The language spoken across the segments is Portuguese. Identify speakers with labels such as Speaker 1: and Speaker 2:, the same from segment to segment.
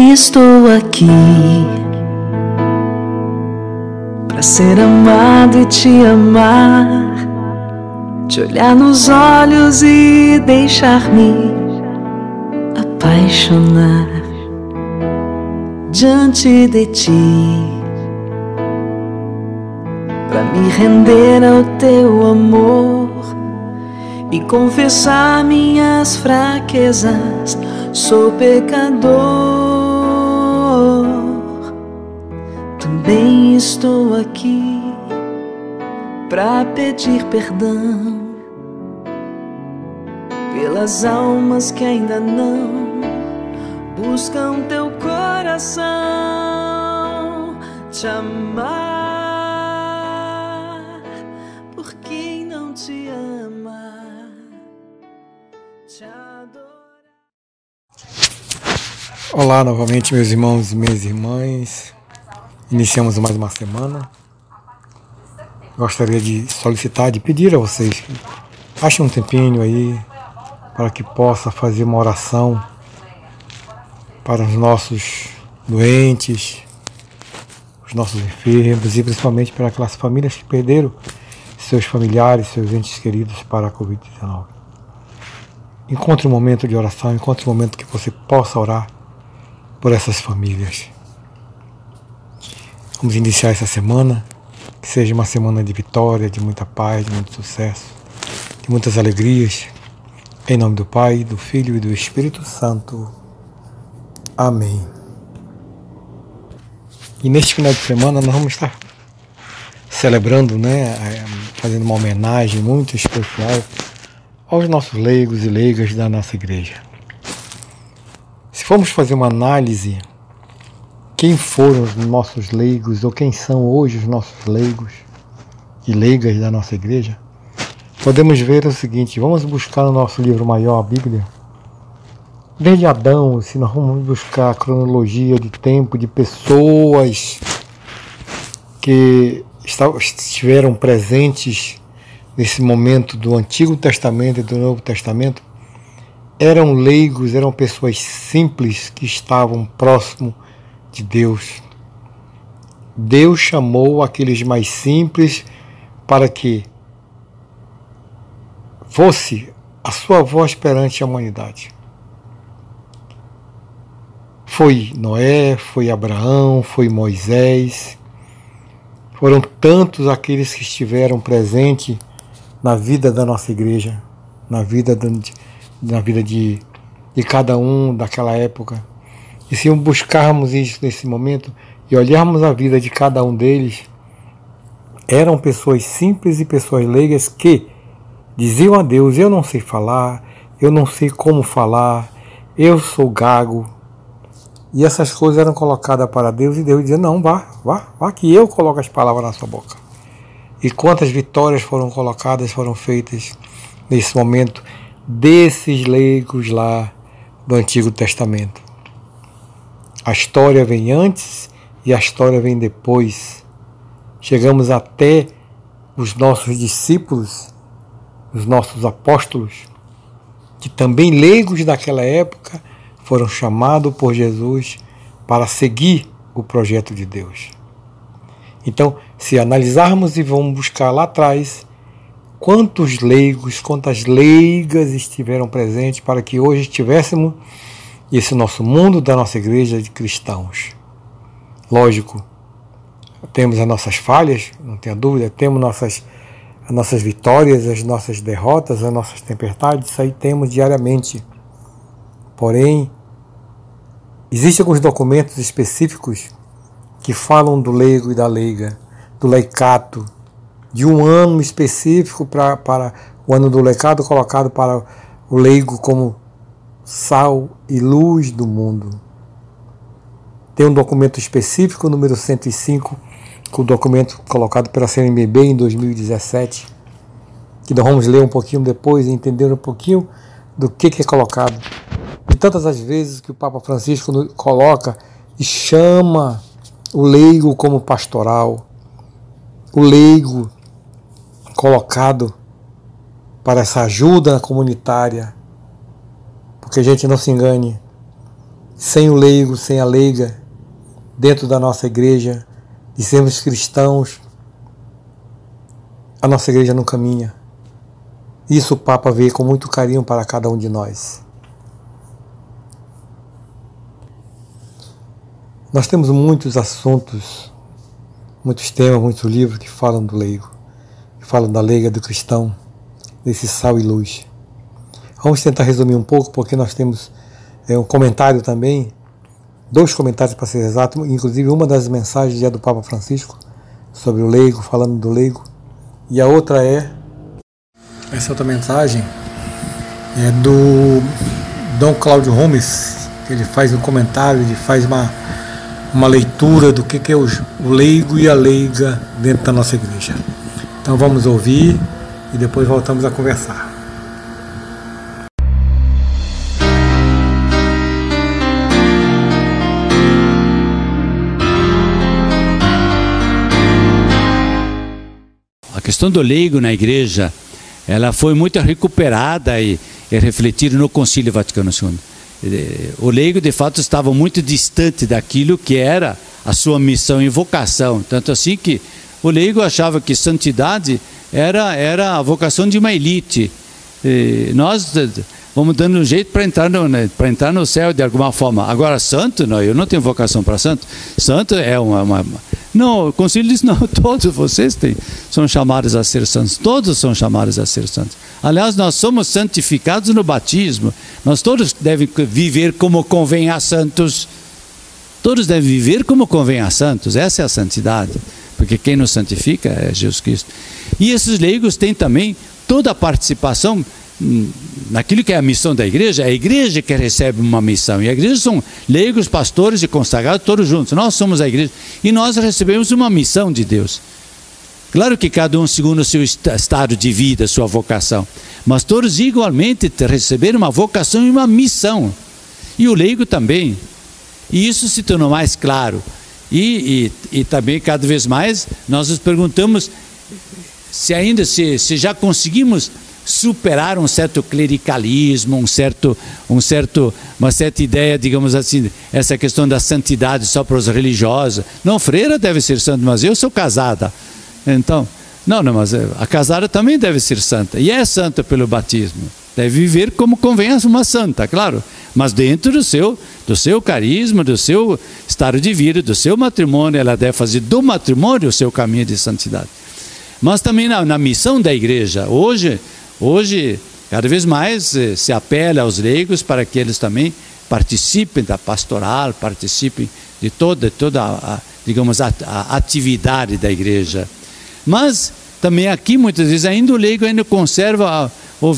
Speaker 1: estou aqui pra ser amado e te amar, te olhar nos olhos e deixar-me apaixonar diante de ti, pra me render ao teu amor e confessar minhas fraquezas. Sou pecador, também estou aqui pra pedir perdão pelas almas que ainda não buscam teu coração, te amar por quem não te ama, te adorar.
Speaker 2: Olá novamente, meus irmãos e minhas irmãs. Iniciamos mais uma semana. Gostaria de solicitar, de pedir a vocês que achem um tempinho aí para que possa fazer uma oração para os nossos doentes, os nossos enfermos e principalmente para aquelas famílias que perderam seus familiares, seus entes queridos para a Covid-19. Encontre um momento de oração, encontre um momento que você possa orar por essas famílias. Vamos iniciar essa semana, que seja uma semana de vitória, de muita paz, de muito sucesso, de muitas alegrias. Em nome do Pai, do Filho e do Espírito Santo. Amém. E neste final de semana nós vamos estar celebrando, fazendo uma homenagem muito especial aos nossos leigos e leigas da nossa igreja. Se formos fazer uma análise, quem foram os nossos leigos ou quem são hoje os nossos leigos e leigas da nossa igreja, podemos ver o seguinte: vamos buscar no nosso livro maior, a Bíblia, desde Adão, se nós vamos buscar a cronologia de tempo de pessoas que estiveram presentes nesse momento do Antigo Testamento e do Novo Testamento, eram leigos, eram pessoas simples que estavam próximo de Deus. Deus chamou aqueles mais simples para que fosse a sua voz perante a humanidade. Foi Noé, foi Abraão, foi Moisés. Foram tantos aqueles que estiveram presentes na vida da nossa igreja, na vida de cada um daquela época. E se buscarmos isso nesse momento e olharmos a vida de cada um deles, eram pessoas simples e pessoas leigas que diziam a Deus: eu não sei falar, eu não sei como falar, eu sou gago. E essas coisas eram colocadas para Deus e Deus dizia: não, vá que eu coloco as palavras na sua boca. E quantas vitórias foram colocadas, foram feitas nesse momento desses leigos lá do Antigo Testamento. A história vem antes e a história vem depois. Chegamos até os nossos discípulos, os nossos apóstolos, que também leigos daquela época foram chamados por Jesus para seguir o projeto de Deus. Então, se analisarmos e vamos buscar lá atrás, quantos leigos, quantas leigas estiveram presentes para que hoje estivéssemos esse nosso mundo da nossa igreja de cristãos. Lógico, temos as nossas falhas, não tenha dúvida, temos as nossas vitórias, as nossas derrotas, as nossas tempestades, isso aí temos diariamente. Porém, existem alguns documentos específicos que falam do leigo e da leiga, do laicato, de um ano específico para o ano do laicato, colocado para o leigo como sal e luz do mundo. Tem um documento específico, número 105, com o documento colocado pela CNBB em 2017, que nós vamos ler um pouquinho depois e entender um pouquinho do que é colocado. E tantas as vezes que o Papa Francisco coloca e chama o leigo como pastoral, o leigo colocado para essa ajuda comunitária, porque a gente não se engane, sem o leigo, sem a leiga, dentro da nossa igreja, de sermos cristãos, a nossa igreja não caminha. Isso o Papa vê com muito carinho para cada um de nós. Nós temos muitos assuntos, muitos temas, muitos livros que falam do leigo, que falam da leiga do cristão, desse sal e luz. Vamos tentar resumir um pouco, porque nós temos um comentário também, 2 comentários para ser exato, inclusive uma das mensagens é do Papa Francisco, sobre o leigo, falando do leigo, e a outra essa outra mensagem é do Dom Cláudio Gomes, que ele faz um comentário, ele faz uma leitura do que é o leigo e a leiga dentro da nossa igreja. Então vamos ouvir e depois voltamos a conversar.
Speaker 3: A questão do leigo na igreja, ela foi muito recuperada e refletida no Concílio Vaticano II. O leigo, de fato, estava muito distante daquilo que era a sua missão e vocação. Tanto assim que o leigo achava que santidade era a vocação de uma elite. E nós vamos dando um jeito para entrar no céu de alguma forma. Agora, santo, não, eu não tenho vocação para santo. Santo é Não, o Concílio diz, não, todos vocês são chamados a ser santos. Todos são chamados a ser santos. Aliás, nós somos santificados no batismo. Nós todos devem viver como convém a santos. Todos devem viver como convém a santos. Essa é a santidade. Porque quem nos santifica é Jesus Cristo. E esses leigos têm também toda a participação naquilo que é a missão da igreja. É a igreja que recebe uma missão. E a igreja são leigos, pastores e consagrados, todos juntos. Nós somos a igreja. E nós recebemos uma missão de Deus. Claro que cada um segundo o seu estado de vida, sua vocação. Mas todos igualmente receberam uma vocação e uma missão. E o leigo também. E isso se tornou mais claro. E também, cada vez mais, nós nos perguntamos se já conseguimos superar um certo clericalismo, uma certa ideia, digamos assim, essa questão da santidade só para os religiosos. Não, freira deve ser santa, mas eu sou casada. Então, não, mas a casada também deve ser santa. E é santa pelo batismo. Deve viver como convém a uma santa, claro. Mas dentro do seu carisma, do seu estado de vida, do seu matrimônio, ela deve fazer do matrimônio o seu caminho de santidade. Mas também na missão da igreja, hoje, cada vez mais se apela aos leigos para que eles também participem da pastoral, participem de toda digamos, a atividade da igreja. Mas também aqui, muitas vezes, ainda o leigo ainda conserva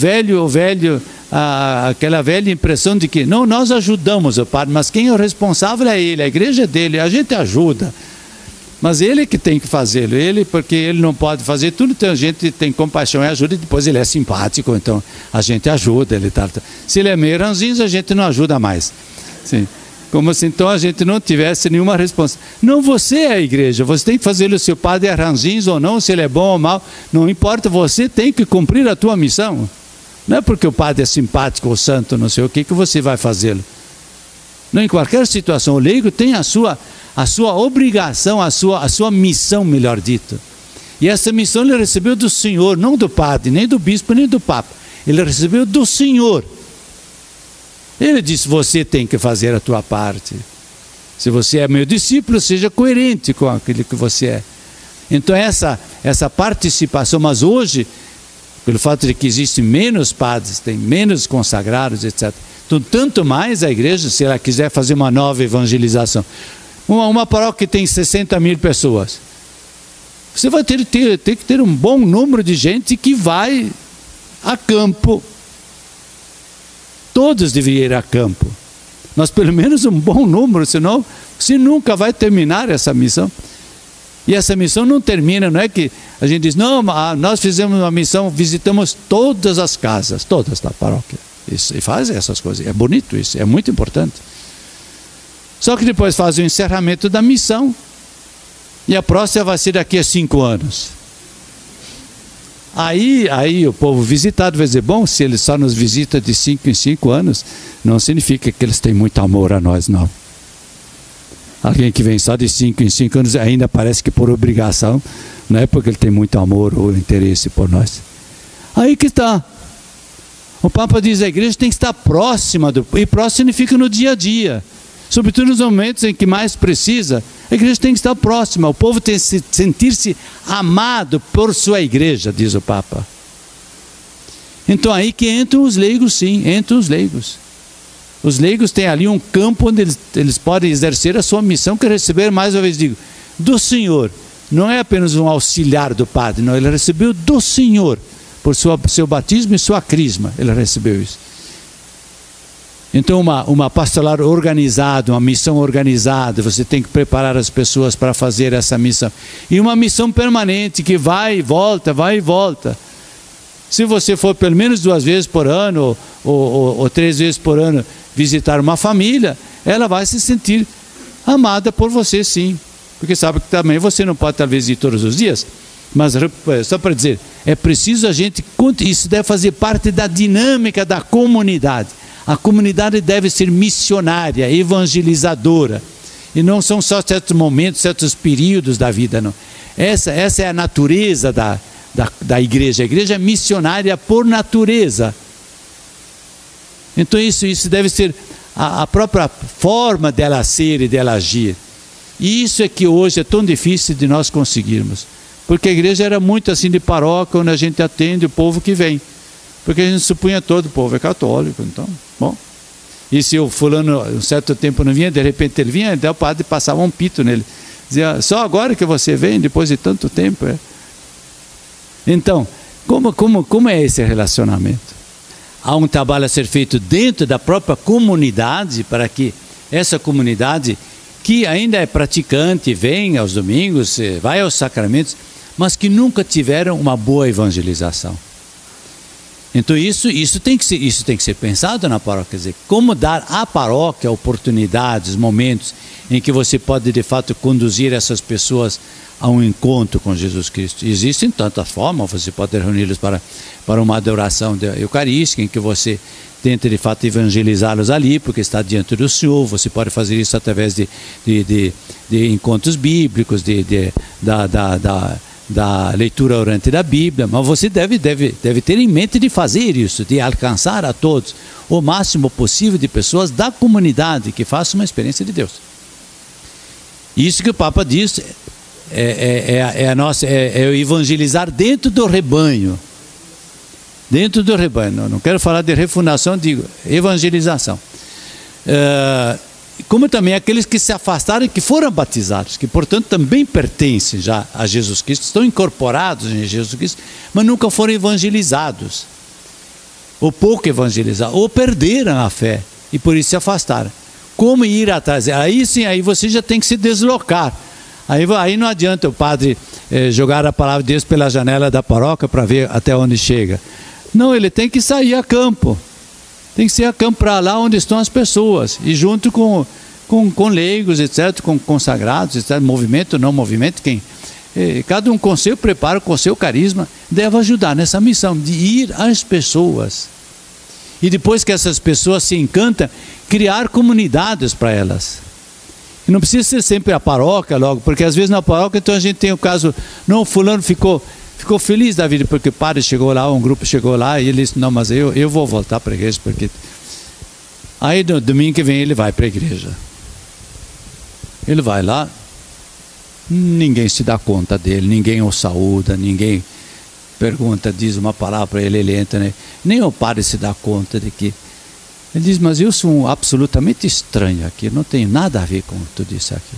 Speaker 3: aquela velha impressão de que, não, nós ajudamos o padre, mas quem é o responsável é ele, a igreja é dele, a gente ajuda. Mas ele que tem que fazê-lo, porque ele não pode fazer tudo, então a gente tem compaixão e ajuda, e depois ele é simpático, então a gente ajuda. Se ele é meio ranzinho, a gente não ajuda mais. Sim. Como se então a gente não tivesse nenhuma responsabilidade. Não, você é a igreja, você tem que fazer se o padre é ranzinho ou não, se ele é bom ou mal, não importa, você tem que cumprir a tua missão. Não é porque o padre é simpático ou santo, não sei o que você vai fazê-lo. Não, em qualquer situação, o leigo tem a sua obrigação, a sua missão, melhor dito. E essa missão ele recebeu do Senhor, não do padre, nem do bispo, nem do papa. Ele recebeu do Senhor. Ele disse, você tem que fazer a tua parte. Se você é meu discípulo, seja coerente com aquilo que você é. Então essa participação, mas hoje, pelo fato de que existem menos padres, tem menos consagrados, etc. Então, tanto mais a igreja, se ela quiser fazer uma nova evangelização. Uma paróquia que tem 60 mil pessoas. Você vai ter que ter um bom número de gente que vai a campo. Todos deveriam ir a campo. Mas pelo menos um bom número, senão você nunca vai terminar essa missão. E essa missão não termina, não é que a gente diz, não, nós fizemos uma missão, visitamos todas as casas, todas da paróquia. Isso, e faz essas coisas. É bonito isso, é muito importante. Só que depois faz o encerramento da missão. E a próxima vai ser daqui a 5 anos. Aí o povo visitado vai dizer, bom, se eles só nos visitam de 5 em 5 anos, não significa que eles têm muito amor a nós, não. Alguém que vem só de 5 em 5 anos ainda parece que por obrigação, não é porque ele tem muito amor ou interesse por nós. Aí que está. O Papa diz, a igreja tem que estar próxima, e próximo significa no dia a dia. Sobretudo nos momentos em que mais precisa, a igreja tem que estar próxima. O povo tem que sentir-se amado por sua igreja, diz o Papa. Então aí que entram os leigos, sim, entram os leigos. Os leigos têm ali um campo onde eles podem exercer a sua missão, que é receber, mais uma vez digo, do Senhor. Não é apenas um auxiliar do padre, não, ele recebeu do Senhor, por seu batismo e sua crisma, ele recebeu isso. Então uma pastoral organizada, uma missão organizada, você tem que preparar as pessoas para fazer essa missão. E uma missão permanente, que vai e volta, vai e volta. Se você for pelo menos 2 vezes por ano, ou 3 vezes por ano, visitar uma família, ela vai se sentir amada por você, sim. Porque sabe que também você não pode talvez ir todos os dias, mas só para dizer, é preciso a gente, isso deve fazer parte da dinâmica da comunidade. A comunidade deve ser missionária, evangelizadora. E não são só certos momentos, certos períodos da vida, não. Essa é a natureza da igreja. A igreja é missionária por natureza. Então isso deve ser a própria forma dela ser e dela agir. E isso é que hoje é tão difícil de nós conseguirmos. Porque a igreja era muito assim de paróquia, onde a gente atende o povo que vem. Porque a gente supunha todo o povo é católico, então, bom. E se o fulano um certo tempo não vinha, de repente ele vinha, então o padre passava um pito nele. Dizia, só agora que você vem, depois de tanto tempo. Então, como é esse relacionamento? Há um trabalho a ser feito dentro da própria comunidade, para que essa comunidade, que ainda é praticante, vem aos domingos, vai aos sacramentos, mas que nunca tiveram uma boa evangelização. Então isso tem que ser pensado na paróquia, quer dizer, como dar à paróquia oportunidades, momentos em que você pode de fato conduzir essas pessoas a um encontro com Jesus Cristo. Existem tantas formas, você pode reuni-los para uma adoração eucarística, em que você tenta de fato evangelizá-los ali, porque está diante do Senhor. Você pode fazer isso através de encontros bíblicos, da leitura orante da Bíblia, mas você deve ter em mente de fazer isso, de alcançar a todos o máximo possível de pessoas da comunidade que façam uma experiência de Deus. Isso que o Papa diz é o evangelizar dentro do rebanho. Dentro do rebanho. Não quero falar de refundação, digo evangelização. Como também aqueles que se afastaram e que foram batizados, que portanto também pertencem já a Jesus Cristo, estão incorporados em Jesus Cristo, mas nunca foram evangelizados, ou pouco evangelizados, ou perderam a fé e por isso se afastaram. Como ir atrás? Aí sim, aí você já tem que se deslocar. Aí não adianta o padre jogar a palavra de Deus pela janela da paróquia para ver até onde chega. Não, ele tem que sair a campo. Tem que ser a campo para lá onde estão as pessoas. E junto com leigos, etc., com consagrados, etc., movimento, não movimento, cada um com seu preparo, com seu carisma, deve ajudar nessa missão de ir às pessoas. E depois que essas pessoas se encantam, criar comunidades para elas. E não precisa ser sempre a paróquia logo, porque às vezes na paróquia então a gente tem o caso, não, fulano ficou feliz da vida porque o padre chegou lá, um grupo chegou lá e ele disse, não, mas eu vou voltar para a igreja, porque aí no domingo que vem ele vai para a igreja. Ele vai lá, ninguém se dá conta dele, ninguém o saúda, ninguém pergunta, diz uma palavra para ele, ele entra, né? Nem o padre se dá conta de que ele diz, mas eu sou absolutamente estranho aqui, não tenho nada a ver com tudo isso aqui.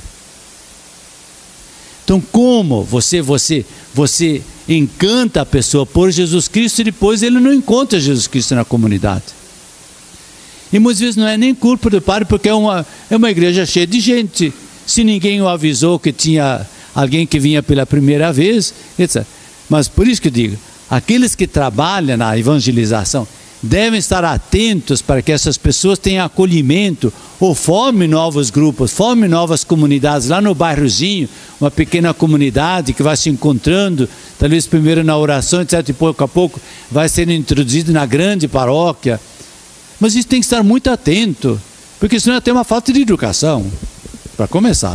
Speaker 3: Então como você encanta a pessoa por Jesus Cristo e depois ele não encontra Jesus Cristo na comunidade? E muitas vezes não é nem culpa do padre, porque é uma igreja cheia de gente. Se ninguém o avisou que tinha alguém que vinha pela primeira vez, etc. Mas por isso que eu digo, aqueles que trabalham na evangelização devem estar atentos para que essas pessoas tenham acolhimento ou formem novos grupos, formem novas comunidades lá no bairrozinho, uma pequena comunidade que vai se encontrando, talvez primeiro na oração, etc. E pouco a pouco vai sendo introduzido na grande paróquia. Mas isso tem que estar muito atento, porque senão tem uma falta de educação, para começar.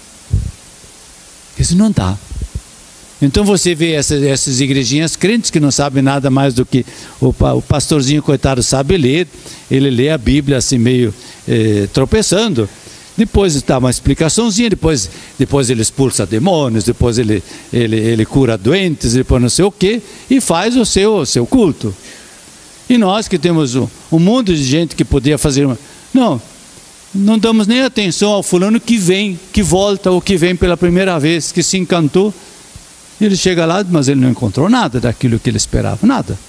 Speaker 3: Isso não dá. Então você vê essas igrejinhas crentes que não sabem nada mais do que o pastorzinho coitado sabe ler, ele lê a Bíblia assim meio tropeçando, depois dá uma explicaçãozinha, depois ele expulsa demônios, depois ele cura doentes, depois não sei o que, e faz o seu culto. E nós que temos um mundo de gente que podia fazer... Não damos nem atenção ao fulano que vem, que volta ou que vem pela primeira vez, que se encantou. Ele chega lá, mas ele não encontrou nada daquilo que ele esperava, nada.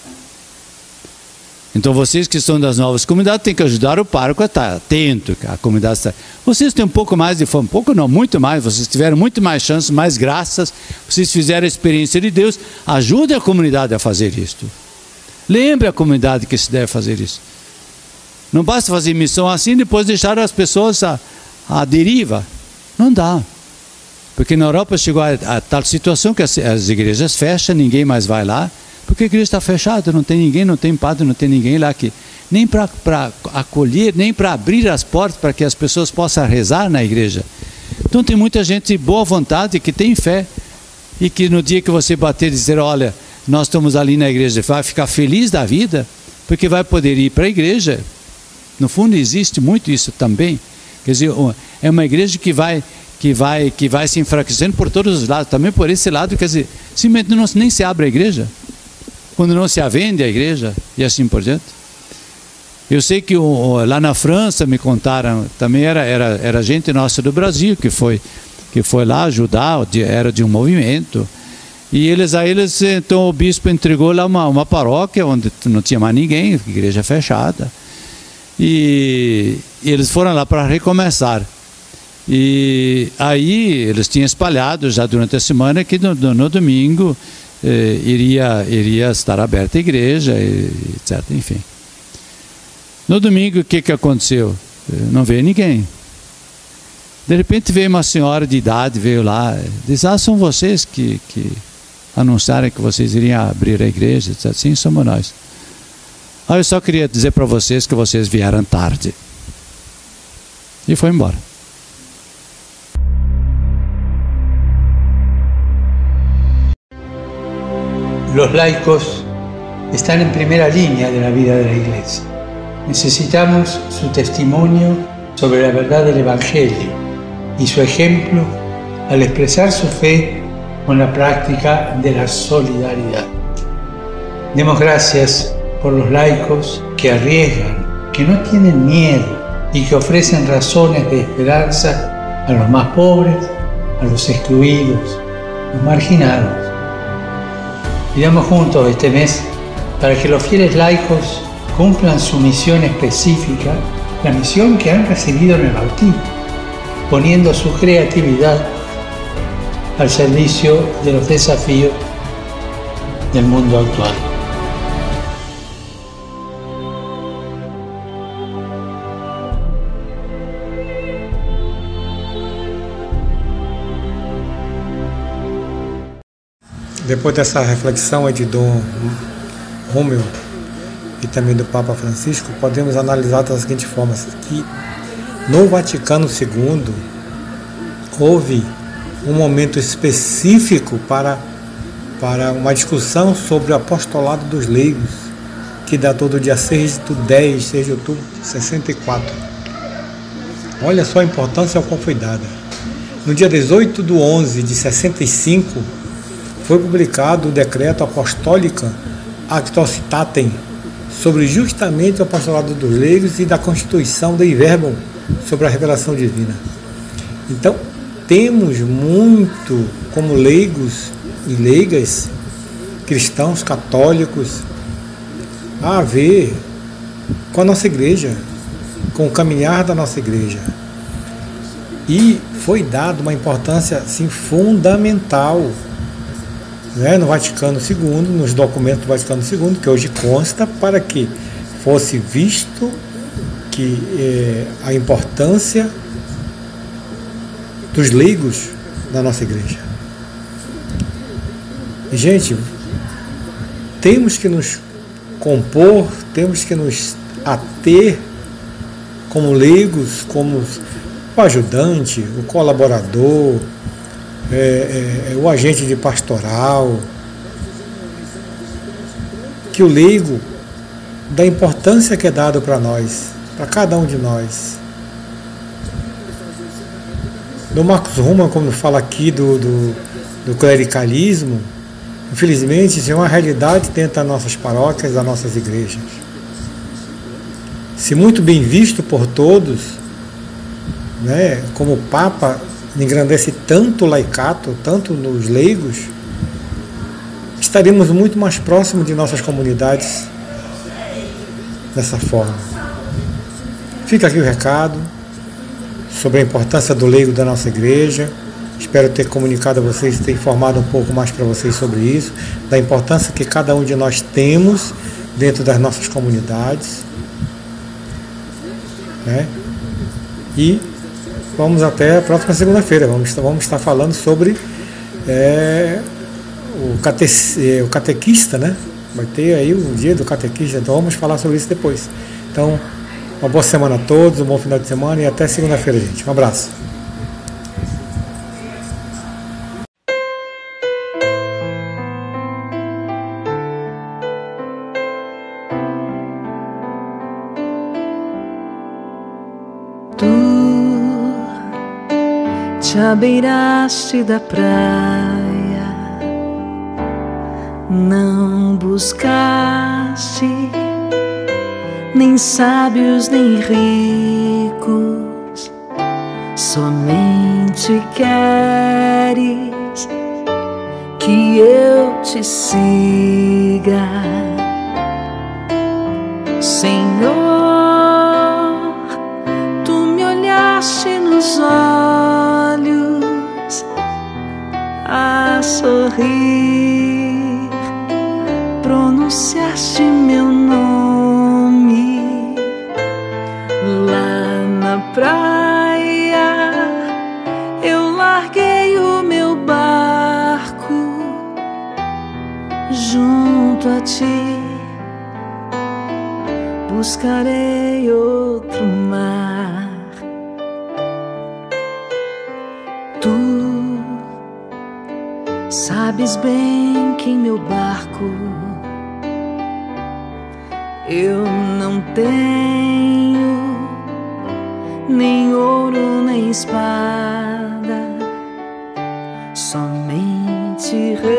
Speaker 3: Então vocês que são das novas comunidades têm que ajudar o pároco a estar atento, a comunidade está... Vocês têm um pouco mais de fome, pouco não, muito mais, vocês tiveram muito mais chances, mais graças, vocês fizeram a experiência de Deus, ajude a comunidade a fazer isto. Lembre a comunidade que se deve fazer isso. Não basta fazer missão assim e depois deixar as pessoas à deriva. Não dá. Porque na Europa chegou a tal situação que as igrejas fecham, ninguém mais vai lá, porque a igreja está fechada, não tem ninguém, não tem padre, não tem ninguém lá que nem para acolher, nem para abrir as portas para que as pessoas possam rezar na igreja. Então tem muita gente de boa vontade que tem fé e que no dia que você bater e dizer, olha, nós estamos ali na igreja, vai ficar feliz da vida, porque vai poder ir para a igreja. No fundo existe muito isso também. Quer dizer, é uma igreja que vai se enfraquecendo por todos os lados, também por esse lado, quer dizer, simplesmente nem se abre a igreja, quando não se vende a igreja, e assim por diante. Eu sei que lá na França, me contaram, também era gente nossa do Brasil, que foi lá ajudar, era de um movimento, e então o bispo entregou lá uma paróquia, onde não tinha mais ninguém, igreja fechada, e eles foram lá para recomeçar. E aí eles tinham espalhado já durante a semana que no domingo iria estar aberta a igreja, etc. Enfim. No domingo o que aconteceu? Não veio ninguém. De repente veio uma senhora de idade, veio lá, disse, são vocês que anunciaram que vocês iriam abrir a igreja, etc. Sim, somos nós. Eu só queria dizer para vocês que vocês vieram tarde. E foi embora.
Speaker 4: Los laicos están en primera línea de la vida de la Iglesia. Necesitamos su testimonio sobre la verdad del Evangelio y su ejemplo al expresar su fe con la práctica de la solidaridad. Demos gracias por los laicos que arriesgan, que no tienen miedo y que ofrecen razones de esperanza a los más pobres, a los excluidos, los marginados. Pidamos juntos este mes para que los fieles laicos cumplan su misión específica, la misión que han recibido en el bautismo, poniendo su creatividad al servicio de los desafíos del mundo actual.
Speaker 2: Depois dessa reflexão aí de Dom Rômulo e também do Papa Francisco, podemos analisar da seguinte forma, que no Vaticano II houve um momento específico para uma discussão sobre o apostolado dos leigos, que datou do dia 6 de outubro de 64. Olha só a importância ao qual foi dada. No dia 18 de 11 de 65, foi publicado o decreto apostólico Actuositatem sobre justamente o apostolado dos leigos e da constituição Dei Verbum sobre a revelação divina. Então, temos muito como leigos e leigas, cristãos, católicos, a ver com a nossa igreja, com o caminhar da nossa igreja. E foi dada uma importância assim, fundamental né, no Vaticano II, nos documentos do Vaticano II, que hoje consta, para que fosse visto que a importância dos leigos na nossa igreja. E, gente, temos que nos compor, temos que nos ater como leigos, como o ajudante, o colaborador, o agente de pastoral, que o leigo, da importância que é dado para nós, para cada um de nós. Do Marcos Ruman, como fala aqui do clericalismo, infelizmente isso é uma realidade dentro das nossas paróquias, das nossas igrejas. Se muito bem visto por todos, né, como o Papa engrandece tanto o laicato, tanto nos leigos, estaremos muito mais próximos de nossas comunidades dessa forma. Fica aqui o recado sobre a importância do leigo da nossa igreja. Espero ter comunicado a vocês, ter informado um pouco mais para vocês sobre isso, da importância que cada um de nós temos dentro das nossas comunidades, né? E vamos até a próxima segunda-feira. Vamos estar falando sobre o catequista, né? Vai ter aí o dia do catequista, então vamos falar sobre isso depois. Então, uma boa semana a todos, um bom final de semana e até segunda-feira, gente. Um abraço.
Speaker 1: Te abeiraste da praia, não buscaste nem sábios nem ricos, somente queres que eu te siga, Senhor. Tu me olhaste nos olhos a sorrir, pronunciaste meu nome lá na praia. Eu larguei o meu barco junto a ti, buscarei outro mar. Tu sabes bem que em meu barco eu não tenho nem ouro nem espada, somente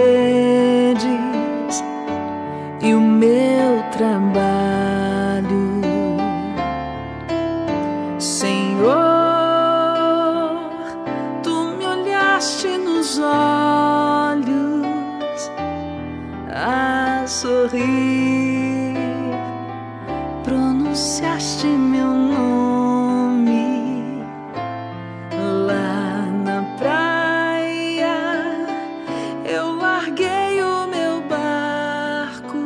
Speaker 1: redes e o meu trabalho. Senhor, tu me olhaste nos olhos a sorrir, pronunciaste meu nome lá na praia. Eu larguei o meu barco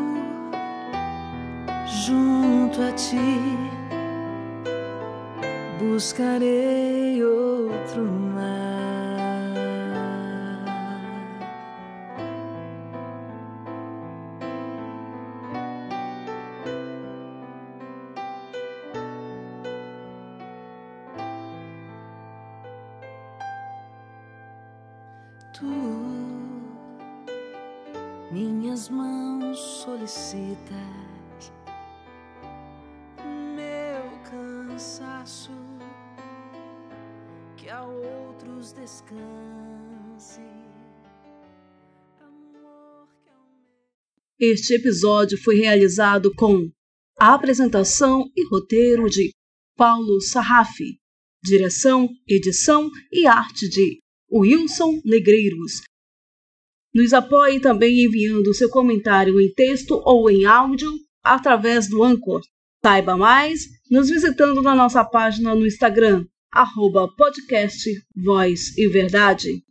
Speaker 1: junto a ti, buscarei outro mar. Tu minhas mãos solicitas, meu cansaço, que a outros descanse. Amor que ao meu...
Speaker 5: Este episódio foi realizado com a apresentação e roteiro de Paulo Sarrafi, direção, edição e arte de Wilson Negreiros. Nos apoie também enviando seu comentário em texto ou em áudio através do Anchor. Saiba mais nos visitando na nossa página no Instagram, @podcast Voz e Verdade.